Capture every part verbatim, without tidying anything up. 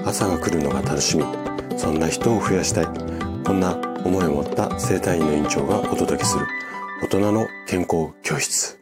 朝が来るのが楽しみ、そんな人を増やしたい、こんな思いを持った整体院の院長がお届けする大人の健康教室。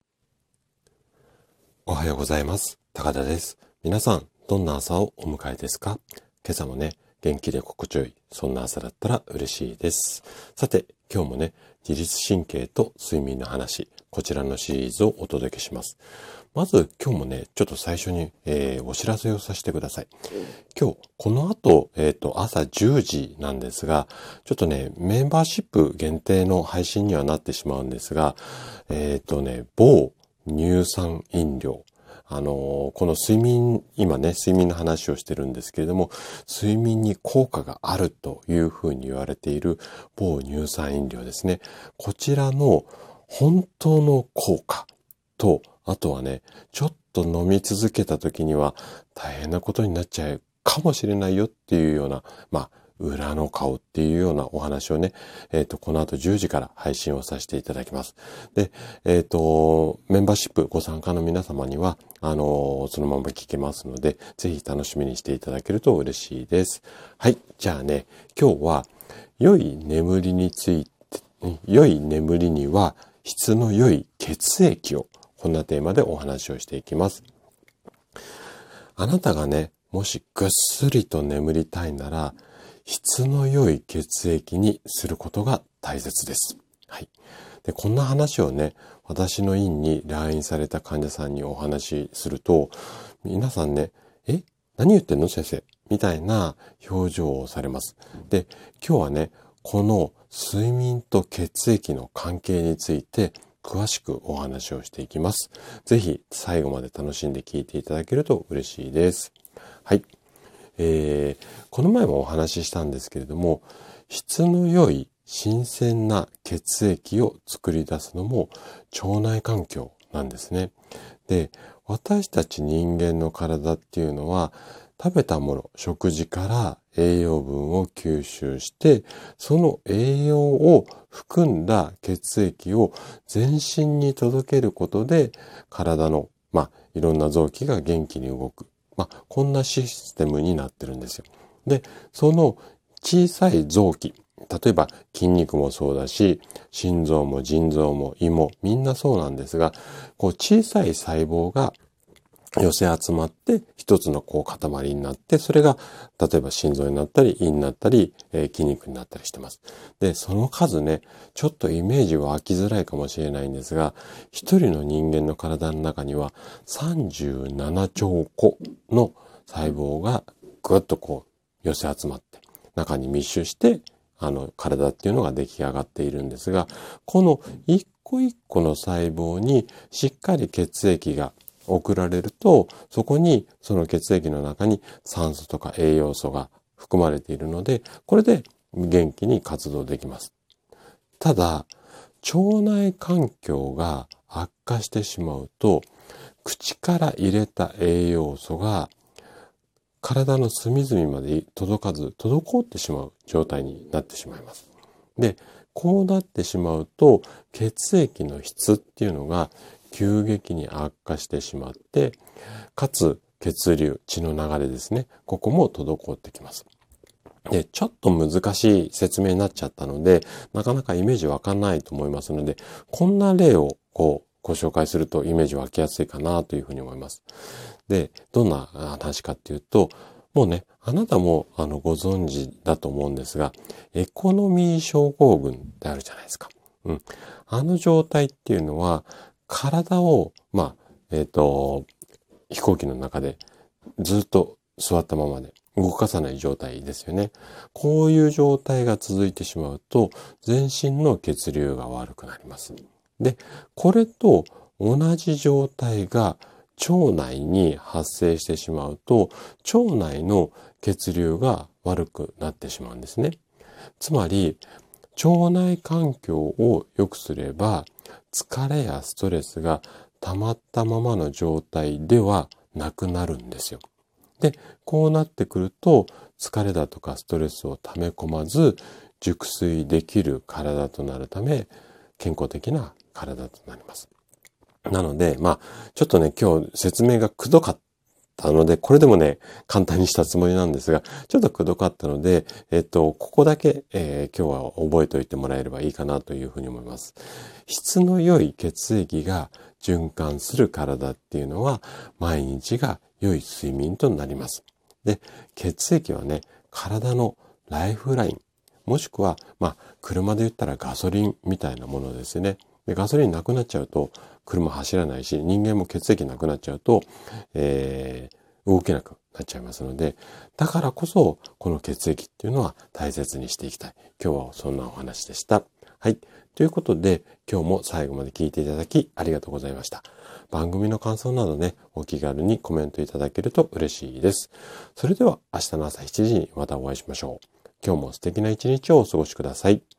おはようございます。高田です。皆さんどんな朝をお迎えですか？今朝もね、元気で心地よい、そんな朝だったら嬉しいです。さて、今日もね、自律神経と睡眠の話、こちらのシリーズをお届けします。まず今日もね、ちょっと最初に、えー、お知らせをさせてください。今日、この後、えっと、朝じゅうじなんですが、ちょっとね、メンバーシップ限定の配信にはなってしまうんですが、えっとね、某乳酸飲料、あのー、この睡眠、今ね、睡眠の話をしてるんですけれども、睡眠に効果があるというふうに言われている某乳酸飲料ですね。こちらの本当の効果と、あとはね、ちょっと飲み続けた時には大変なことになっちゃうかもしれないよっていうような、まあ、裏の顔っていうようなお話をね、えっと、この後じゅうじから配信をさせていただきます。で、えっと、メンバーシップご参加の皆様には、あの、そのまま聞けますので、ぜひ楽しみにしていただけると嬉しいです。はい、じゃあね、今日は、良い眠りについて、良い眠りには質の良い血液を、こんなテーマでお話をしていきます。あなたがね、もしぐっすりと眠りたいなら、質の良い血液にすることが大切です。はい。で、こんな話をね、私の院に来院された患者さんにお話しすると、皆さんね、え、何言ってんの先生みたいな表情をされます。で、今日はね、この睡眠と血液の関係について詳しくお話をしていきます。ぜひ最後まで楽しんで聞いていただけると嬉しいです。はい。えー、この前もお話ししたんですけれども、質の良い新鮮な血液を作り出すのも腸内環境なんですね。で、私たち人間の体っていうのは、食べたもの、食事から栄養分を吸収して、その栄養を含んだ血液を全身に届けることで、体の、まあ、いろんな臓器が元気に動く。まあ、こんなシステムになってるんですよ。で、その小さい臓器、例えば筋肉もそうだし、心臓も腎臓も胃もみんなそうなんですが、こう小さい細胞が寄せ集まって一つのこう塊になって、それが例えば心臓になったり胃になったり、えー、筋肉になったりしてます。で、その数ね、ちょっとイメージ湧きづらいかもしれないんですが、一人の人間の体の中にはさんじゅうななちょうこの細胞がぐっとこう寄せ集まって中に密集してあの体っていうのが出来上がっているんですが、この一個一個の細胞にしっかり血液が送られると、そこにその血液の中に酸素とか栄養素が含まれているので、これで元気に活動できます。ただ、腸内環境が悪化してしまうと、口から入れた栄養素が体の隅々まで届かず、滞ってしまう状態になってしまいます。で、こうなってしまうと、血液の質っていうのが急激に悪化してしまって、かつ血流、血の流れですね。ここも滞ってきます。で、ちょっと難しい説明になっちゃったので、なかなかイメージわかんないと思いますので、こんな例をこうご紹介するとイメージ湧きやすいかなというふうに思います。で、どんな話かっていうと、もうね、あなたもあのご存知だと思うんですが、エコノミー症候群ってあるじゃないですか。うん。あの状態っていうのは、体を、まあ、えっと、飛行機の中でずっと座ったままで動かさない状態ですよね。こういう状態が続いてしまうと、全身の血流が悪くなります。で、これと同じ状態が腸内に発生してしまうと、腸内の血流が悪くなってしまうんですね。つまり、腸内環境を良くすれば、疲れやストレスが溜まったままの状態ではなくなるんですよ。で、こうなってくると、疲れだとかストレスを溜め込まず、熟睡できる体となるため、健康的な体となります。なので、まあ、ちょっとね、今日説明がくどかったので、これでもね、簡単にしたつもりなんですが、ちょっとくどかったので、えっと、ここだけ、えー、今日は覚えておいてもらえればいいかなというふうに思います。質の良い血液が循環する体っていうのは、毎日が良い睡眠となります。で、血液はね、体のライフライン、もしくは、まあ、車で言ったらガソリンみたいなものですね。で、ガソリンなくなっちゃうと、車走らないし、人間も血液なくなっちゃうと、えー、動けなくなっちゃいますので、だからこそ、この血液っていうのは大切にしていきたい。今日はそんなお話でした。はい。ということで、今日も最後まで聞いていただきありがとうございました。番組の感想などね、お気軽にコメントいただけると嬉しいです。それでは明日の朝しちじにまたお会いしましょう。今日も素敵な一日をお過ごしください。